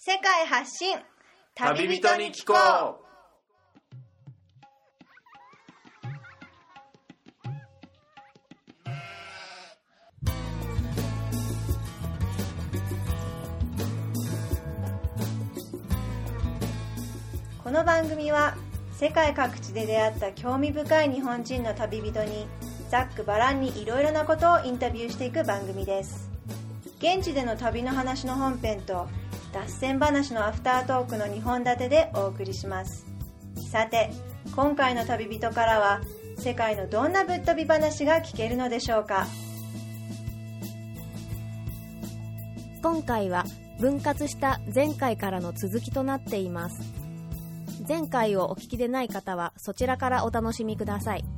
世界発信旅人に聞こう。 この番組は世界各地で出会った興味深い日本人の旅人にざっくばらんにいろいろなことをインタビューしていく番組です。現地での旅の話の本編と脱線話のアフタートークの2本立てでお送りします。さて、今回の旅人からは世界のどんなぶっ飛び話が聞けるのでしょうか。 今回は分割した前回からの続きとなっています。前回をお聞きでない方はそちらからお楽しみください。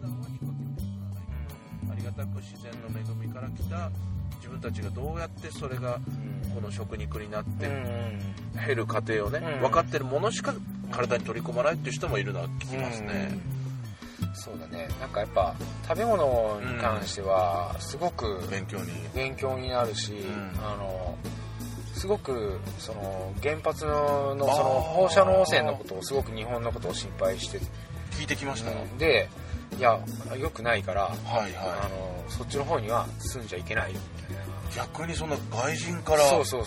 ありがたく自然の恵みから来た自分たちがどうやってそれがこの食肉になって減る過程をね、分かってるものしか体に取り込まないっていう人もいるのは聞きますね。 そうだね。なんかやっぱ食べ物に関してはすごく勉強になるし、すごくその原発のその放射能汚染のことをすごく日本のことを心配して聞いてきました。 で、いや良くないから、そっちの方には住んじゃいけないよみたいな。 逆にそんな外人からそう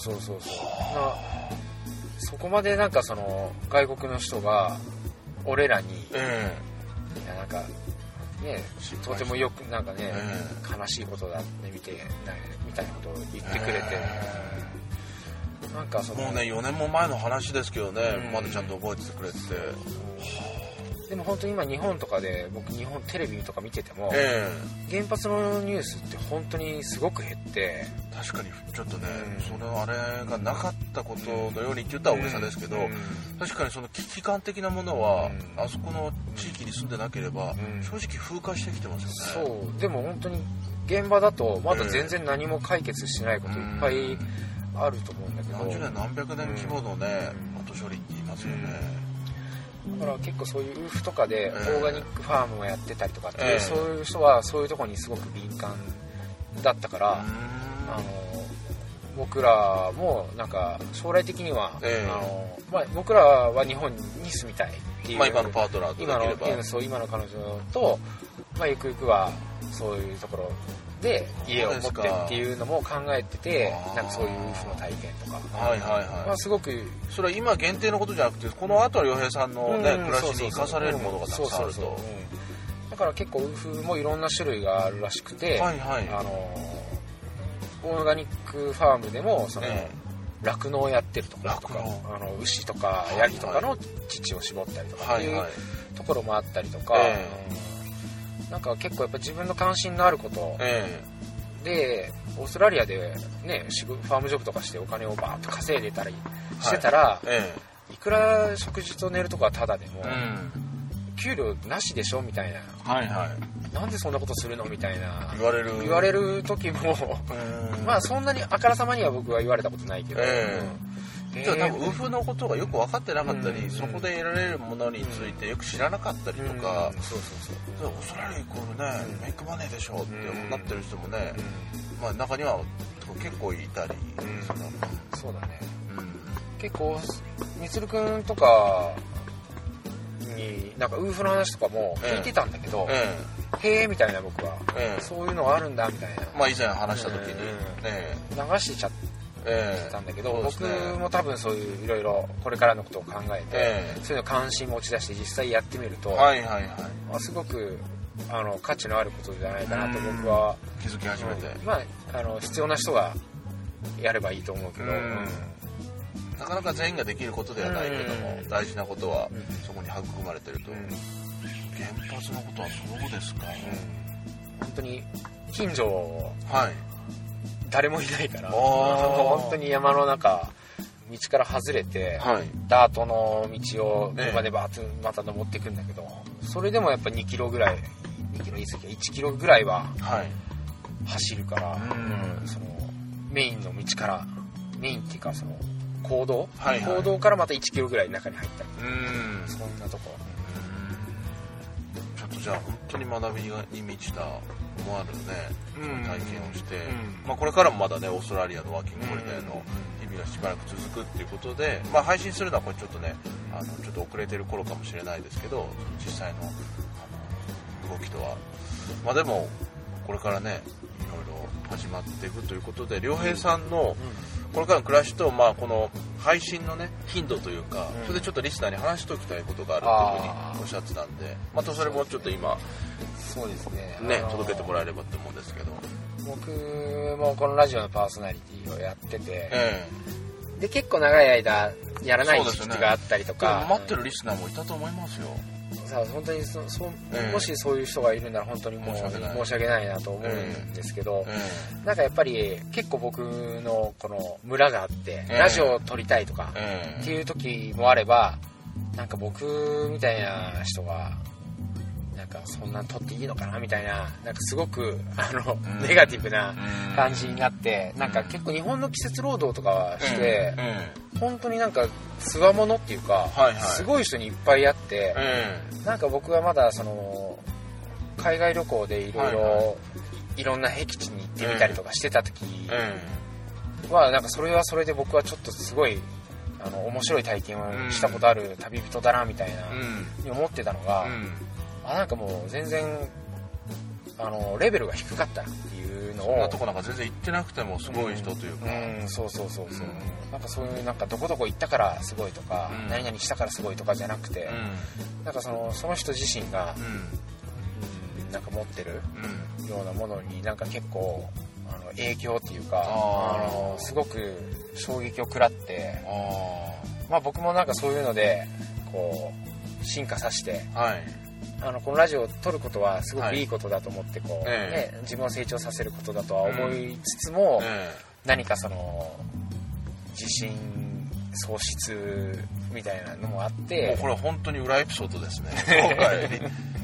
そこまでなんかその外国の人が俺らに、いやなんかね、とてもよくなんかね、悲しいことだねみたいなことを言ってくれて、なんかそのもうね4年も前の話ですけどね、まだちゃんと覚えててくれてて、 でも本当に今日本とかで僕日本テレビとか見てても、原発のニュースって本当にすごく減って、 確かにちょっとね、それあれがなかったことのようにって言ったら大げさですけど、確かにその危機感的なものは、あそこの地域に住んでなければ、正直風化してきてますよね。 そうでも本当に現場だとまだ全然何も解決してないこといっぱいあると思うんだけど、 何十年何百年規模のね、後処理って言いますよね。 だから結構そういうウーフとかでオーガニックファームをやってたりとかって、そういう人はそういうところにすごく敏感だったから、僕らもなんか将来的には、僕らは日本に住みたいっていう、 今のパートナーとできれば今の彼女と、ゆくゆくはそういうところで家を持ってっていうのも考えてて、なんかそういうウーフの体験とか、すごくそれは今限定のことじゃなくて、この後は良平さんのね、暮らしに生かされるものがたくさんあると。 だから結構ウーフもいろんな種類があるらしくて、オーガニックファームでもその酪農をやってるとか、牛とかヤギとかの乳を絞ったりとかっていうところもあったりとか、なんか結構やっぱ自分の関心のあること、でオーストラリアでねファームジョブとかしてお金をバーッと稼いでたりしてたら、いくら食事と寝るとかはタダでも、給料なしでしょみたいな、なんでそんなことするのみたいな言われる時もまあそんなにあからさまには僕は言われたことないけど、 じゃあ多分ウーフのことがよく分かってなかったり、そこで得られるものについてよく知らなかったりとか、オーストラリアイコールね、メイクマネーでしょってなってる人もね、中には結構いたり、 そうだね、結構みつるくんとかになんかウーフの話とかも聞いてたんだけど、へーみたいな、僕は、そういうのがあるんだみたいな、 以前話した時に、 流してちゃったんだけど、僕も多分そういういろいろこれからのことを考えて、そういうの関心持ち出して実際やってみると、すごく価値のあることじゃないかなと僕は気づき始めて、 必要な人がやればいいと思うけど、 なかなか全員ができることではないけども、大事なことはそこに育まれてると。原発のことはそうですか。 本当に近所、誰もいないから本当に山の中、道から外れて、ダートの道を車でバーッとまた登っていくんだけど、それでもやっぱ2キロぐらい、2キロ言い過ぎ1キロぐらいは走るから、そのメインの道から、メインっていうかその公道からまた1キロぐらい中に入ったり、そんなとこ。 ちょっとじゃあ本当に学びに満ちた思わぬね、体験をして、これからもまだねオーストラリアのワーキングホリデーの日々 がしばらく続くっていうことで、まあ、配信するのはこれちょっとねちょっと遅れてる頃かもしれないですけど、実際の動きとはまあでもこれからねいろいろ始まっていくということで、良平さんのこれからの暮らしと、まあ、この配信のね頻度というか、それでちょっとリスナーに話しておきたいことがあるというふうにおっしゃってたんで、またそれもちょっと今そうですね、 届けてもらえればと思うんですけど、 僕もこのラジオのパーソナリティをやってて、で結構長い間やらない時期があったりとか、 待ってるリスナーもいたと思いますよ。 さあ本当にもしそういう人がいるなら本当にもう申し訳ないなと思うんですけど、なんかやっぱり結構僕のこの村があって、ラジオを撮りたいとかっていう時もあれば、なんか僕みたいな人がなんかそんな撮っていいのかなみたいな、なんかすごくネガティブな感じになって、なんか結構日本の季節労働とかして、本当になんかつわものっていうか、すごい人にいっぱい会って、なんか僕はまだその海外旅行でいろんな僻地に行ってみたりとかしてた時は、なんかそれはそれで僕はちょっとすごい面白い体験をしたことある旅人だなみたいなに思ってたのが、なんかもう全然レベルが低かったなっていうのを、 そんなとこなんか全然行ってなくてもすごい人というか、 そう、なんかそういうなんかどこどこ行ったからすごいとか、何々したからすごいとかじゃなくて、なんかその人自身が、なんか持ってるようなものになんか結構影響っていうか、すごく衝撃を食らって、まあ僕もなんかそういうのでこう進化させて、このラジオを撮ることはすごくいいことだと思ってこう、自分を成長させることだとは思いつつも、何かその自信喪失みたいなのもあって、 もうこれは本当に裏エピソードですね今回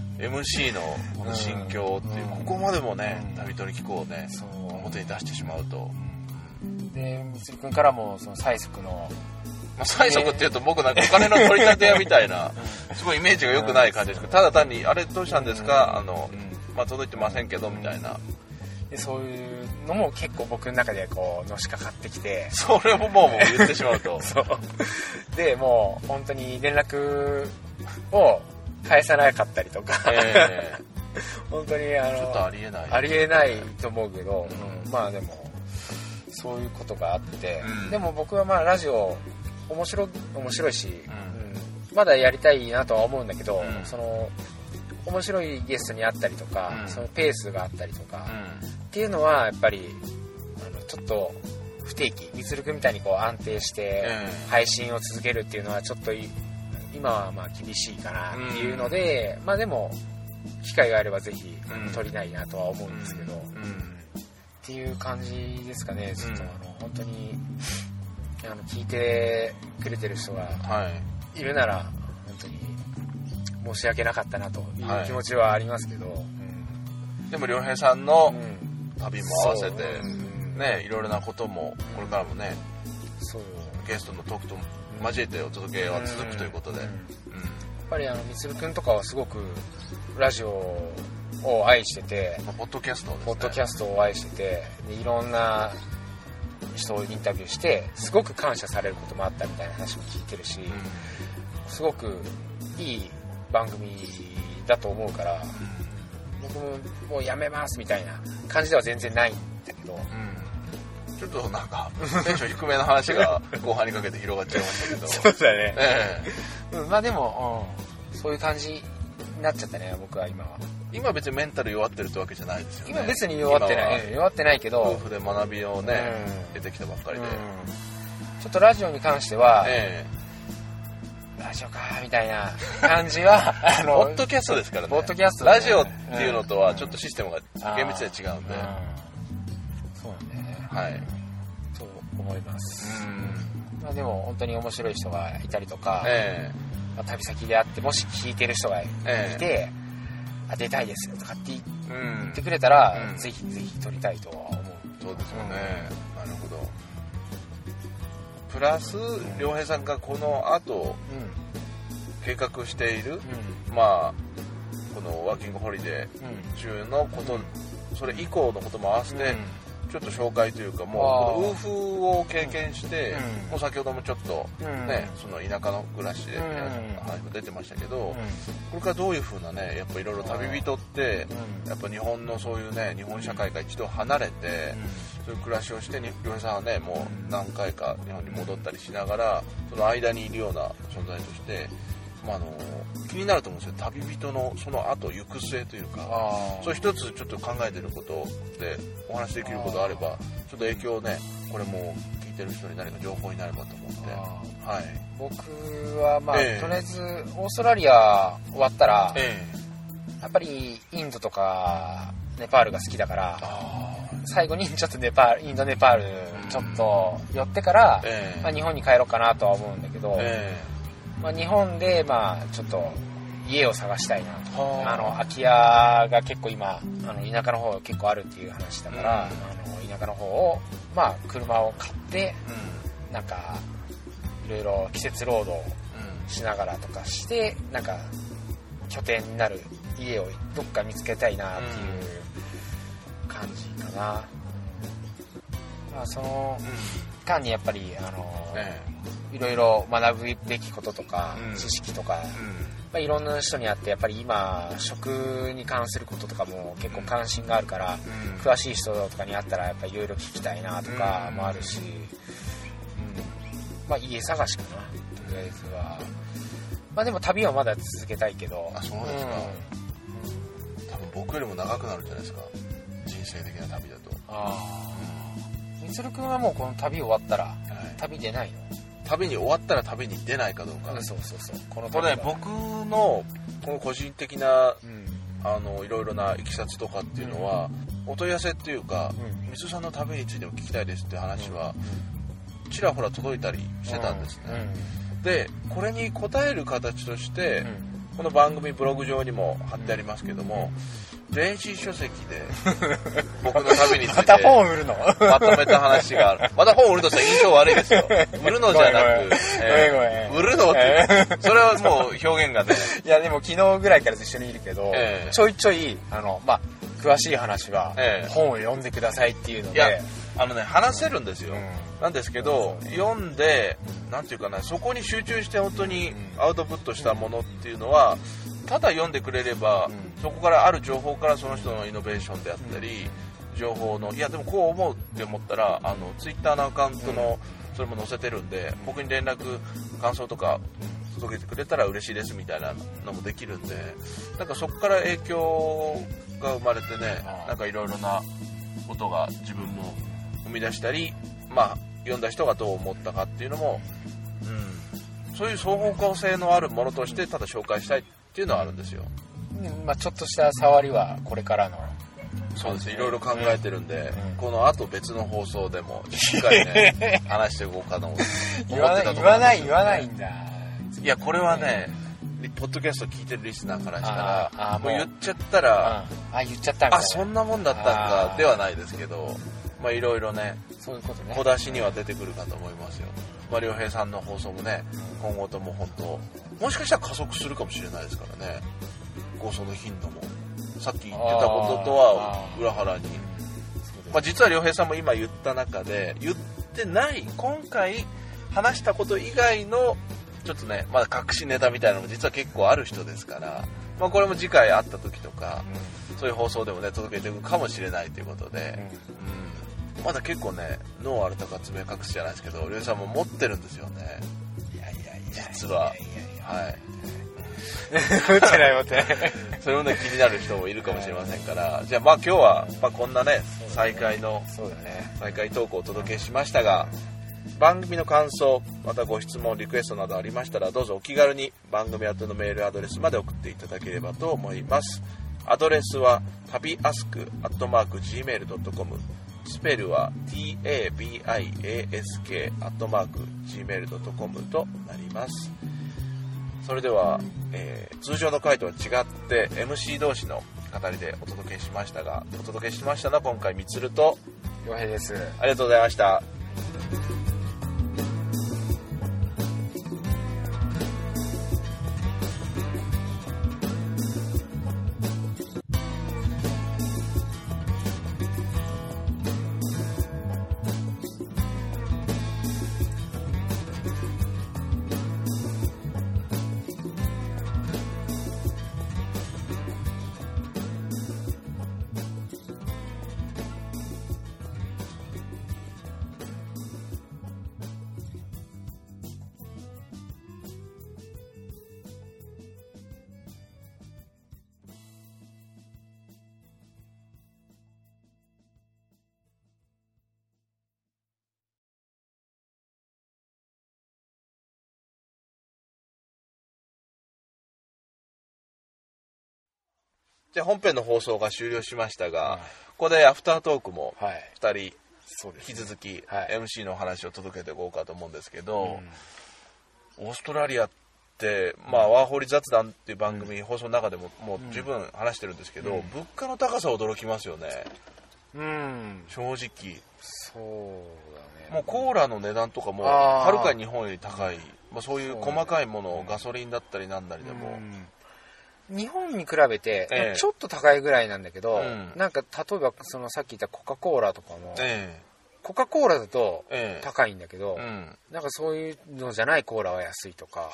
MC のこの心境っていう、ここまでもね旅人に聞こうね表に出してしまうと、 でみつるくんからもその催促の催促っていうと僕なんかお金の取り立て屋みたいなすごいイメージが良くない感じですけど、ただ単にあれどうしたんですか、まあ、届いてませんけどみたいな、 でそういうのも結構僕の中でこうのしかかってきて、 それももう言ってしまうとそうでもう本当に連絡を返さなかったりとか、本当にちょっとありえないと思うけど、まあでもそういうことがあって、でも僕はまあラジオ面白いし、まだやりたいなとは思うんだけど、その面白いゲストに会ったりとか、そのペースがあったりとか、っていうのはやっぱりちょっと不定期、みつるくんみたいにこう安定して配信を続けるっていうのはちょっと今はまあ厳しいかなっていうので、まあでも機会があればぜひ撮りたいなとは思うんですけど、っていう感じですかね。ちょっと本当に聞いてくれてる人がいるなら本当に申し訳なかったなという気持ちはありますけど、 でも良平さんの旅も合わせてね、いろいろなこともこれからもね、ゲストのトークと交えてお届けは続くということで、やっぱりみつるくんとかはすごくラジオを愛してて、 ポッドキャストですね、 ポッドキャストを愛してて、でいろんな人をインタビューしてすごく感謝されることもあったみたいな話も聞いてるし、すごくいい番組だと思うから、僕ももうやめますみたいな感じでは全然ないんだけど、 ちょっとなんかテンション低めの話が後半にかけて広がっちゃいましたけどそうだね、まあでも、そういう感じになっちゃったね、僕は今は。 今別にメンタル弱ってるってわけじゃないですよね。 今別に弱ってないけど、 夫婦で学びをね、出てきたばっかりで、 ちょっとラジオに関しては、ラジオかみたいな感じはポッドキャストですからね。 ポッドキャスト、 ラジオっていうのとはちょっとシステムが厳密に違うんで、 そうなんだよね、と思います。まあでも本当に面白い人がいたりとか、まあ、旅先であってもし聞いてる人がいて、出たいですとかって言ってくれたら、ぜひぜひ撮りたいとは思う。 そうですよね、なるほど。プラス良平さんがこの後、計画している、まあこのワーキングホリデー中のこと、それ以降のことも合わせて、ちちょっと紹介というか、もうこのウーフを経験して、もう先ほどもちょっとね、その田舎の暮らしで皆さんの話も出てましたけど、これからどういう風なね、やっぱいろいろ旅人って、やっぱ日本のそういうね、日本社会から一度離れて、そういう暮らしをして、良平さんはね、もう何回か日本に戻ったりしながら、その間にいるような存在として、気になると思うんですよ。旅人のその後行く末というか、そう一つちょっと考えてることでお話できることあれば、ちょっと影響をね、これも聞いてる人に何か情報になればと思って、はい、 僕はとりあえずオーストラリア終わったら、やっぱりインドとかネパールが好きだから、最後にちょっとインドネパールちょっと寄ってから、日本に帰ろうかなとは思うんだけど、日本でちょっと家を探したいなと。空き家が結構今田舎の方結構あるっていう話だから、田舎の方を車を買って、なんかいろいろ季節労働しながらとかして、なんか拠点になる家をどっか見つけたいなっていう感じかな。その間にやっぱりいろいろ学ぶべきこととか、知識とか、いろんな人に会って、やっぱり今食に関することとかも結構関心があるから、詳しい人とかに会ったらやっぱりいろいろ聞きたいなとかもあるし、家探しかな、とりあえずは。でも旅はまだ続けたいけど。 そうですか。多分僕よりも長くなるんじゃないですか、人生的な旅だと。 みつるくんはもうこの旅終わったら、旅出ないの？ 旅に終わったら旅に出ないかどうか。 そうこれね、僕のこの個人的な、いろいろないきさつとかっていうのは、お問い合わせっていうか、みつさんの旅についても聞きたいですって話は、ちらほら届いたりしてたんですね。で、これに応える形として、この番組ブログ上にも貼ってありますけども、電子書籍で僕の旅についてまた本売るのまとめた話がある。また本売るとしたら印象悪いですよ。売るのじゃなく、売るのって、それはもう表現がね。 いやでも昨日ぐらいから一緒にいるけど、ちょいちょい詳しい話は本を読んでくださいっていうので、 話せるんですよ。なんですけど、読んでなんていうかな、そこに集中して本当にアウトプットしたものっていうのは、ただ読んでくれれば、そこからある情報からその人のイノベーションであったり、情報の、いやでもこう思うって思ったら、ツイッターのアカウントのそれも載せてるんで、僕に連絡感想とか届けてくれたら嬉しいですみたいなのもできるんで、なんかそこから影響が生まれてね、なんかいろいろなことが自分も生み出したり、読んだ人がどう思ったかっていうのも、そういう双方向性のあるものとしてただ紹介したいっていうのはあるんですよ。 ちょっとした触りはこれからの。 そうですね、いろいろ考えてるんで、この後別の放送でもしっかりね話していこうかと思ってたところなんですけど。 言わないんだ。 いや、これはね、ポッドキャスト聞いてるリスナーからしたら、もう言っちゃったら、 言っちゃったみたいな。 そんなもんだったんかではないですけど、いろいろね、 そういうことね、 小出しには出てくるかと思いますよ。良平さんの放送もね、今後とも本当、もしかしたら加速するかもしれないですからね、放送の頻度も。さっき言ってたこととは裏腹に。実は良平さんも今言った中で、言ってない、今回話したこと以外の、ちょっとね、まだ隠しネタみたいなのも実は結構ある人ですから、これも次回会った時とか、そういう放送でもね、届けていくかもしれないということで、まだ結構ね、脳あるたか爪隠しじゃないですけど、良平さんも持ってるんですよね。実は。 持ってない。 それもね、気になる人もいるかもしれませんから、じゃあ今日は、こんなね、再開トークをお届けしましたが、番組の感想、またご質問、リクエストなどありましたら、どうぞお気軽に番組宛てのメールアドレスまで送っていただければと思います。アドレスはtabiask@gmail.com、スペルは tabiask@gmail.com となります。それでは、通常の回とは違って MC 同士の語りでお届けしましたのは今回みつると良平です。 ありがとうございました。 じゃあ本編の放送が終了しましたが、ここでアフタートークも2人引き続き MC の話を届けていこうかと思うんですけど、オーストラリアってワーホリ雑談っていう番組放送の中でももう十分話してるんですけど、物価の高さ驚きますよね。正直そうだね。 もうコーラの値段とかもはるかに日本より高い、そういう細かいもの、ガソリンだったりなんだりでも、 日本に比べてちょっと高いぐらいなんだけど、なんか例えばそのさっき言ったコカ・コーラとかも、コカ・コーラだと高いんだけど、なんかそういうのじゃないコーラは安いとか、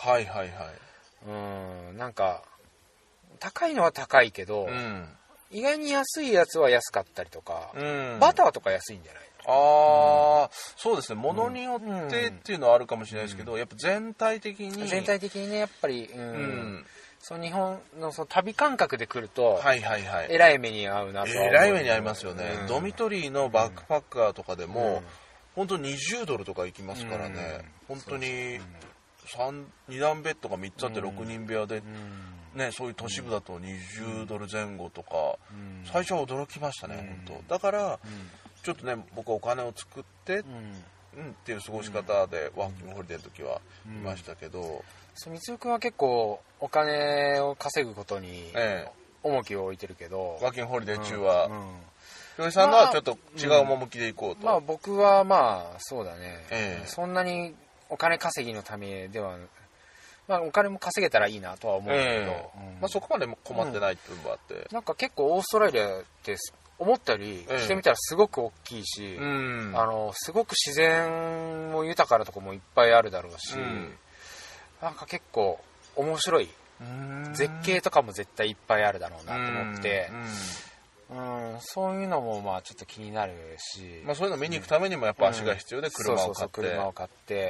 なんか高いのは高いけど、意外に安いやつは安かったりとか、バターとか安いんじゃない？ そうですね。物によってっていうのはあるかもしれないですけど、やっぱ全体的にね、やっぱり、その日本のその旅感覚で来ると、えらい目に遭うなと。 えらい目に遭いますよね。ドミトリーのバックパッカーとかでも、本当に20ドルとか行きますからね。本当に2段ベッドが3つあって6人部屋で、ね、そういう都市部だと20ドル前後とか、最初は驚きましたね、本当。だから、ちょっとね、僕はお金を作って、っていう過ごし方でワーキングホリデーの時はいましたけど、 みつるくんは結構お金を稼ぐことに重きを置いてるけど、 ワーキングホリデー中は、ひろりさんのはちょっと違う趣でいこうと。 僕はそうだね、そんなにお金稼ぎのためでは、お金も稼げたらいいなとは思うんだけど、そこまで困ってない部分もあって、なんか結構オーストラリアって思ったよりしてみたらすごく大きいし、すごく自然も豊かなとこもいっぱいあるだろうし、なんか結構面白い、絶景とかも絶対いっぱいあるだろうなと思って、そういうのもちょっと気になるし、そういうの見に行くためにもやっぱ足が必要で車を買って、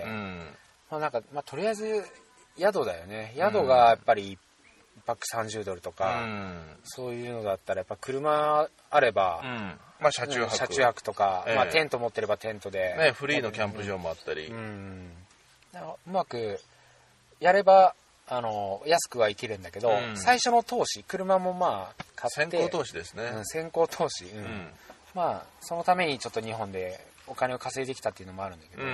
なんかとりあえず宿だよね。宿がやっぱり1泊30ドルとか、そういうのだったらやっぱ車あれば、車中泊とか、テント持ってればテントで、 フリーのキャンプ場もあったり、 うまくやれば安くは生きるんだけど、最初の投資、車も買って、 先行投資ですね。 先行投資、そのためにちょっと日本でお金を稼いできたっていうのもあるんだけど、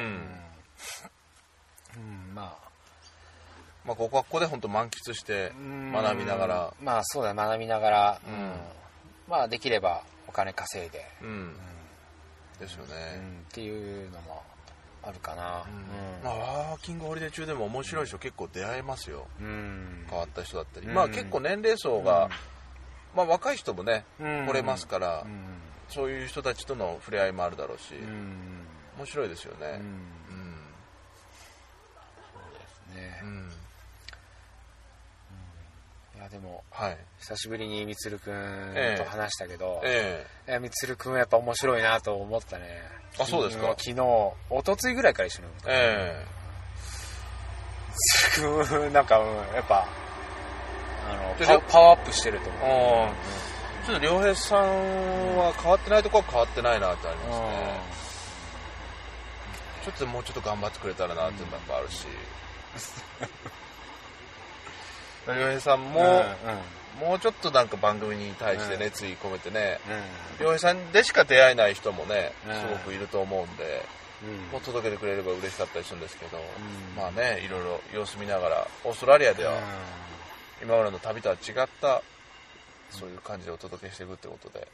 ここで本当満喫して学びながら、 そうだ、学びながら、できればお金稼いで、 ですよね、 っていうのもあるかな。 ワーキングホリデー中でも面白い人結構出会えますよ。変わった人だったり、結構年齢層が、若い人もね来れますから、そういう人たちとの触れ合いもあるだろうし、面白いですよね。 そうですね。いやでも、久しぶりにみつるくんと話したけど、みつるくんはやっぱ面白いなと思ったね。 そうですか。 昨日、おとついぐらいから一緒に。みつるくんなんか、やっぱパワーアップしてると思う。 ちょっと良平さんは変わってないとこは変わってないなってありますね。ちょっともうちょっと頑張ってくれたらなっていうのもあるし。良平さんも、もうちょっとなんか番組に対して熱意込めてね、良平さんでしか出会えない人もね、すごくいると思うんで、もう届けてくれれば嬉しかったりするんですけど、いろいろ様子見ながら、オーストラリアでは今までの旅とは違ったそういう感じでお届けしていくってことで、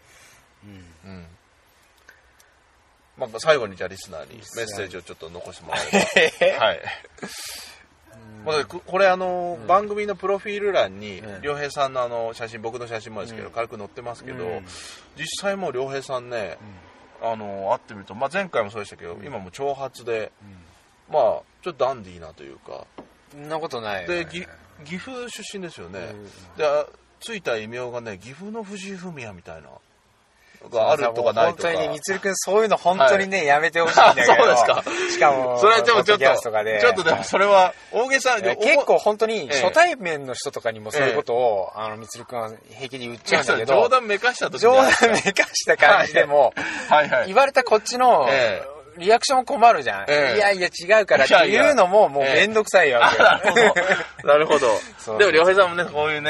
最後にじゃあリスナーにメッセージをちょっと残してもらえれば。これ番組のプロフィール欄に良平さんの写真、僕の写真もですけど軽く載ってますけど、実際もう良平さんね、会ってみると、前回もそうでしたけど、今も長髪で、ちょっとダンディーなというか、 そんなことないよね。 で岐阜出身ですよね。でついた異名がね、岐阜の藤井フミヤみたいながあるとかないとか。 本当にみつるくんそういうの本当にね、やめてほしいんだけど。 そうですか。 しかもそれでもちょっとでもそれは大げさで、 結構本当に初対面の人とかにもそういうことをみつるくんは平気で言っちゃうんだけど、 冗談めかした時冗談めかした感じでも言われたこっちのリアクション困るじゃん。いやいや違うからっていうのももうめんどくさいわけ。 なるほど。でも良平さんもね、こういうね、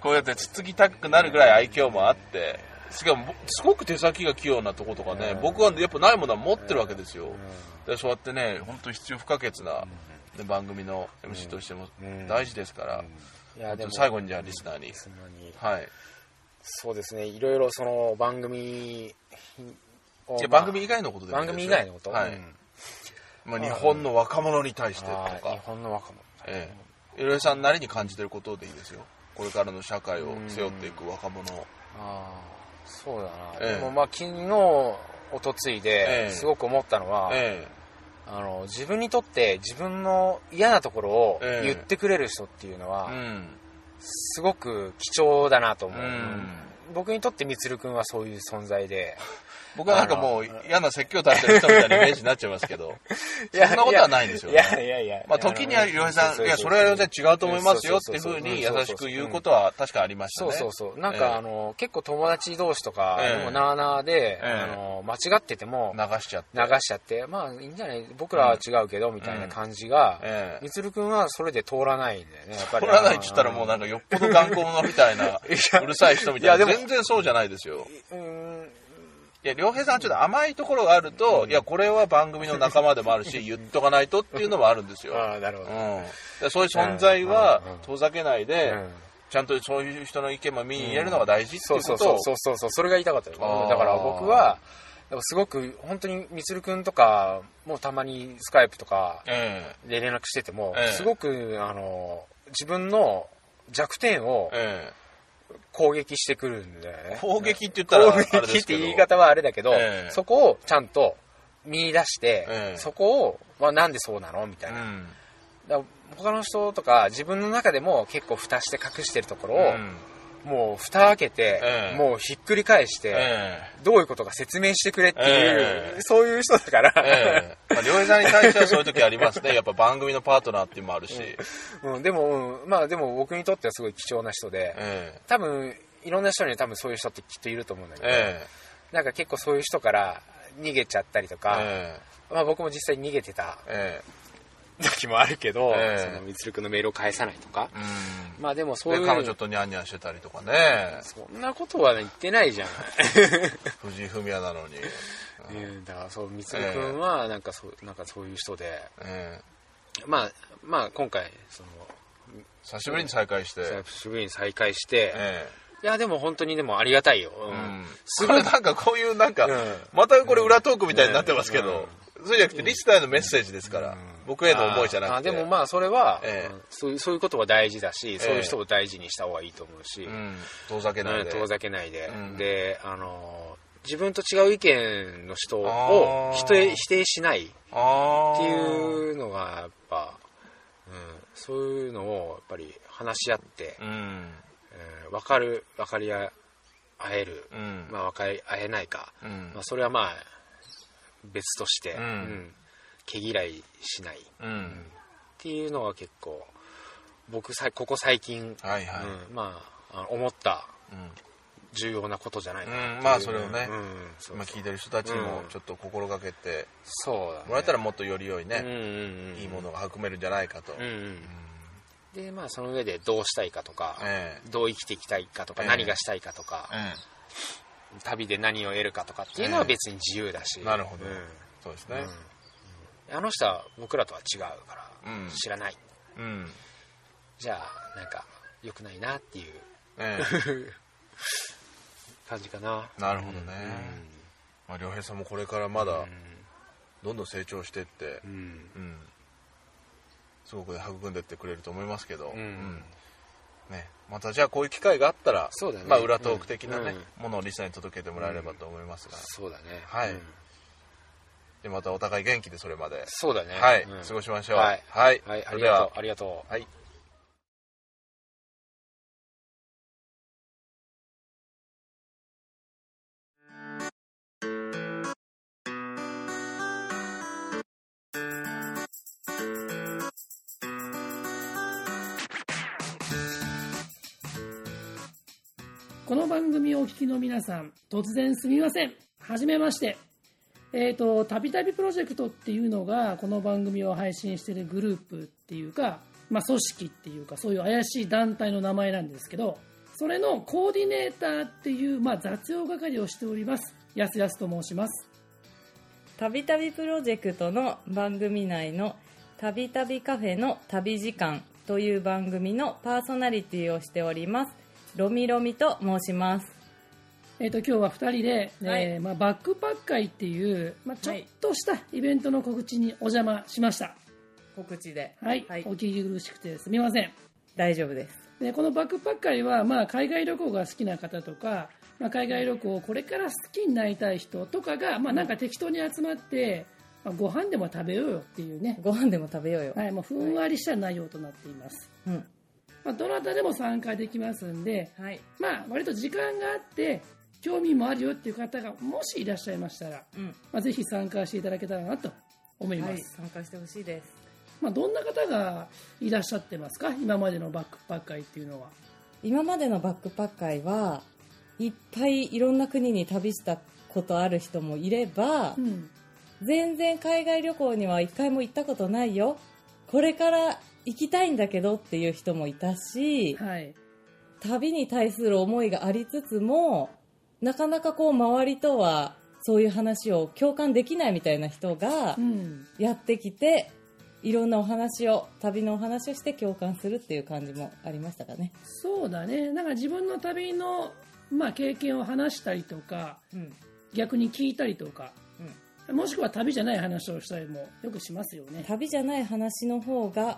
こうやってつつきたくなるぐらい愛嬌もあって、しかもすごく手先が器用なとことかね、僕はやっぱないものは持ってるわけですよ。でそうやってね、本当必要不可欠な、番組の MC としても大事ですから、いやでも最後にじゃあリスナーに、はい、 そうですね、いろいろその番組番組以外のことでもいいですよ。 番組以外のこと、 はい、まあ、日本の若者に対してとか、 日本の若者、 井上さんなりに感じてることでいいですよ。これからの社会を背負っていく若者を。 そうだな、でもまあ昨日おとついですごく思ったのは、自分にとって自分の嫌なところを言ってくれる人っていうのは、すごく貴重だなと思う、僕にとってみつるくんはそういう存在で、 僕はなんかもう嫌な説教立ってる人みたいなイメージになっちゃいますけどそんなことはないんですよね。 いやまあ時には良平さん、いやそれは良平さん違うと思いますよっていう風に優しく言うことは確かありましたね。 そうなんか結構友達同士とかでもなあなあで間違ってても流しちゃってまあいいんじゃない、僕らは違うけどみたいな感じが、みつるくんはそれで通らないんだよね。やっぱり通らないって言ったらもうなんかよっぽど頑固者みたいなうるさい人みたいな、全然そうじゃないですよ。いや、良平さんはちょっと甘いところがあると、いや、これは番組の仲間でもあるし、言っとかないとっていうのもあるんですよ。 なるほど。 そういう存在は遠ざけないで、ちゃんとそういう人の意見も見に入れるのが大事っていうことを。 そう、それが言いたかったよ。だから僕は、すごく本当にみつるくんとかもたまにスカイプとかで連絡してても、すごく自分の弱点を攻撃してくるんだよね。 攻撃って言ったらあれですけど、 攻撃って言い方はあれだけど、そこをちゃんと見出して、そこを、なんでそうなのみたいな、だから他の人とか自分の中でも結構蓋して隠してるところを、もう蓋開けて、もうひっくり返して、どういうことか説明してくれっていう、そういう人だから。 まあ、良平さんに対してはそういう時ありますね。やっぱ番組のパートナーっていうのもあるし。 でも僕にとってはすごい貴重な人で、多分、いろんな人に多分そういう人ってきっといると思うんだけど、なんか結構そういう人から逃げちゃったりとか、まあ僕も実際に逃げてた。時もあるけど、そのみつるくんのメールを返さないとか、まあでもそういう彼女とニャンニャンしてたりとかね。 そんなことは言ってないじゃん。 藤井フミヤなのに。 だからそうみつるくんはなんかそういう人で、まあ今回久しぶりに再会して、 いやでも本当にでもありがたいよ。 すごいなんかこういうなんかまたこれ裏トークみたいになってますけど。そうじゃなくてリスナーへのメッセージですから、僕への思いじゃなくて。 でもまあそれは、そういうことは大事だし、そういう人を大事にした方がいいと思うし、 遠ざけないで、 で自分と違う意見の人を否定しないっていうのがやっぱ、そういうのをやっぱり話し合って、分かり合える、まあ分かり合えないか、まあそれはまあ別として、毛嫌いしない、っていうのは結構僕ここ最近、まあ思った重要なことじゃないかな。 まあそれをね、聞いてる人たちにもちょっと心がけてもらえたらもっとより良いね、いいものが育めるんじゃないかと。 でまあその上でどうしたいかとか、どう生きていきたいかとか、何がしたいかとか、旅で何を得るかとかっていうのは別に自由だし、 なるほど、そうですね、 あの人は僕らとは違うから、知らない、じゃあなんか良くないなっていう、感じかな。 なるほどね。まあ良平さんもこれからまだどんどん成長していって、すごく育んでいってくれると思いますけど、ね、またじゃあこういう機会があったら、まあ裏トーク的なね、ものをリスナーに届けてもらえればと思いますが、 そうだね。 はい。でまたお互い元気でそれまで、 そうだね。 はい、過ごしましょう。はい、 ありがとう。 はい。 この番組をお聞きの皆さん、突然すみません。はじめまして。たびたびプロジェクトっていうのがこの番組を配信しているグループっていうか、まあ、組織っていうかそういう怪しい団体の名前なんですけど、 それのコーディネーターっていう、雑用係をしておりますやすやすと申します。 たびたびプロジェクトの番組内のたびたびカフェの旅時間という番組のパーソナリティをしておりますロミロミと申します。 今日は2人で、バックパッカーっていう、ちょっとしたイベントの告知にお邪魔しました。 告知で、 お聞き苦しくてすみません。 大丈夫です。 でこのバックパッカーは、海外旅行が好きな方とか、海外旅行をこれから好きになりたい人とかが、なんか適当に集まって、ご飯でも食べようよっていうね。 ご飯でも食べようよ。 もうふんわりした内容となっています。どなたでも参加できますんで、割と時間があって興味もあるよっていう方がもしいらっしゃいましたら、ぜひ参加していただけたらなと思います。 参加してほしいです。 どんな方がいらっしゃってますか、今までのバックパッカーっていうのは。 今までのバックパッカーはいっぱいいろんな国に旅したことある人もいれば、全然海外旅行には一回も行ったことないよ、これから行きたいんだけどっていう人もいたし、旅に対する思いがありつつもなかなか周りとはそういう話を共感できないみたいな人がやってきて、いろんな旅のお話をして共感するっていう感じもありましたかね。 そうだね。なんか自分の旅の、経験を話したりとか、逆に聞いたりとか、もしくは旅じゃない話をしたりもよくしますよね。 旅じゃない話の方が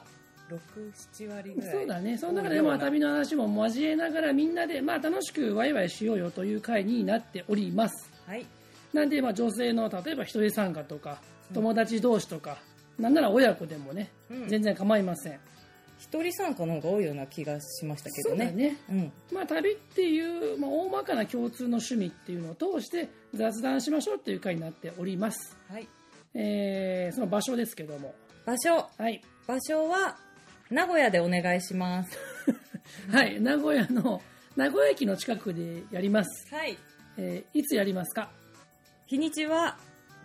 6、7割ぐらい。 そうだね。その中で旅の話も交えながらみんなで楽しくワイワイしようよという会になっております。なんで女性の例えば一人参加とか友達同士とか、なんなら親子でもね、全然構いません。 一人参加の方が多いような気がしましたけどね。 そうだね。旅っていう、大まかな共通の趣味っていうのを通して雑談しましょうっていう会になっております。その場所ですけども。 場所は名古屋でお願いします。 名古屋駅の近くでやります。いつやりますか？ 日にちは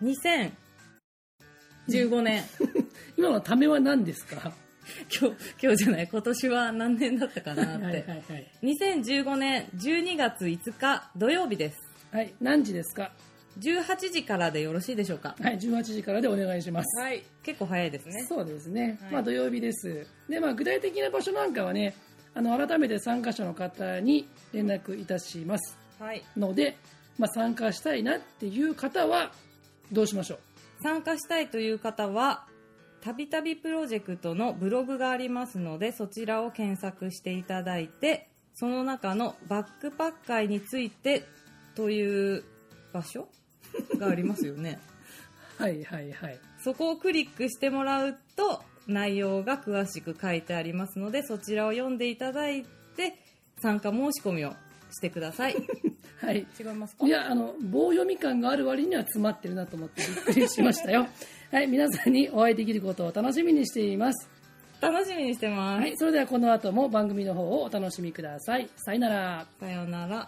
2015年。 今のためは何ですか？ 今日じゃない、今年は何年だったかなって。2015年12月5日土曜日です。 何時ですか ？18時からでよろしいでしょうか ？18時からでお願いします。 結構早いですね。 そうですね。土曜日です。で、具体的な場所なんかはね、改めて参加者の方に連絡いたします。ので、参加したいなっていう方はどうしましょう？ 参加したいという方はたびたびプロジェクトのブログがありますので、そちらを検索していただいて、その中のバックパッカーについてという場所がありますよね。そこをクリックしてもらうと内容が詳しく書いてありますので、そちらを読んでいただいて参加申し込みをしてください。違いますか？ いや、棒読み感がある割には詰まってるなと思ってびっくりしましたよ。皆さんにお会いできることを楽しみにしています。 楽しみにしてます。 それではこの後も番組の方をお楽しみください。さよなら。 さよなら。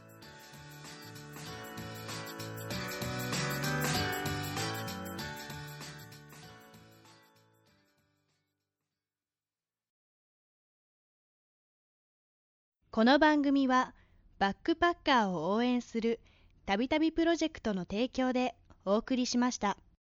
この番組はバックパッカーを応援するたびたびプロジェクトの提供でお送りしました。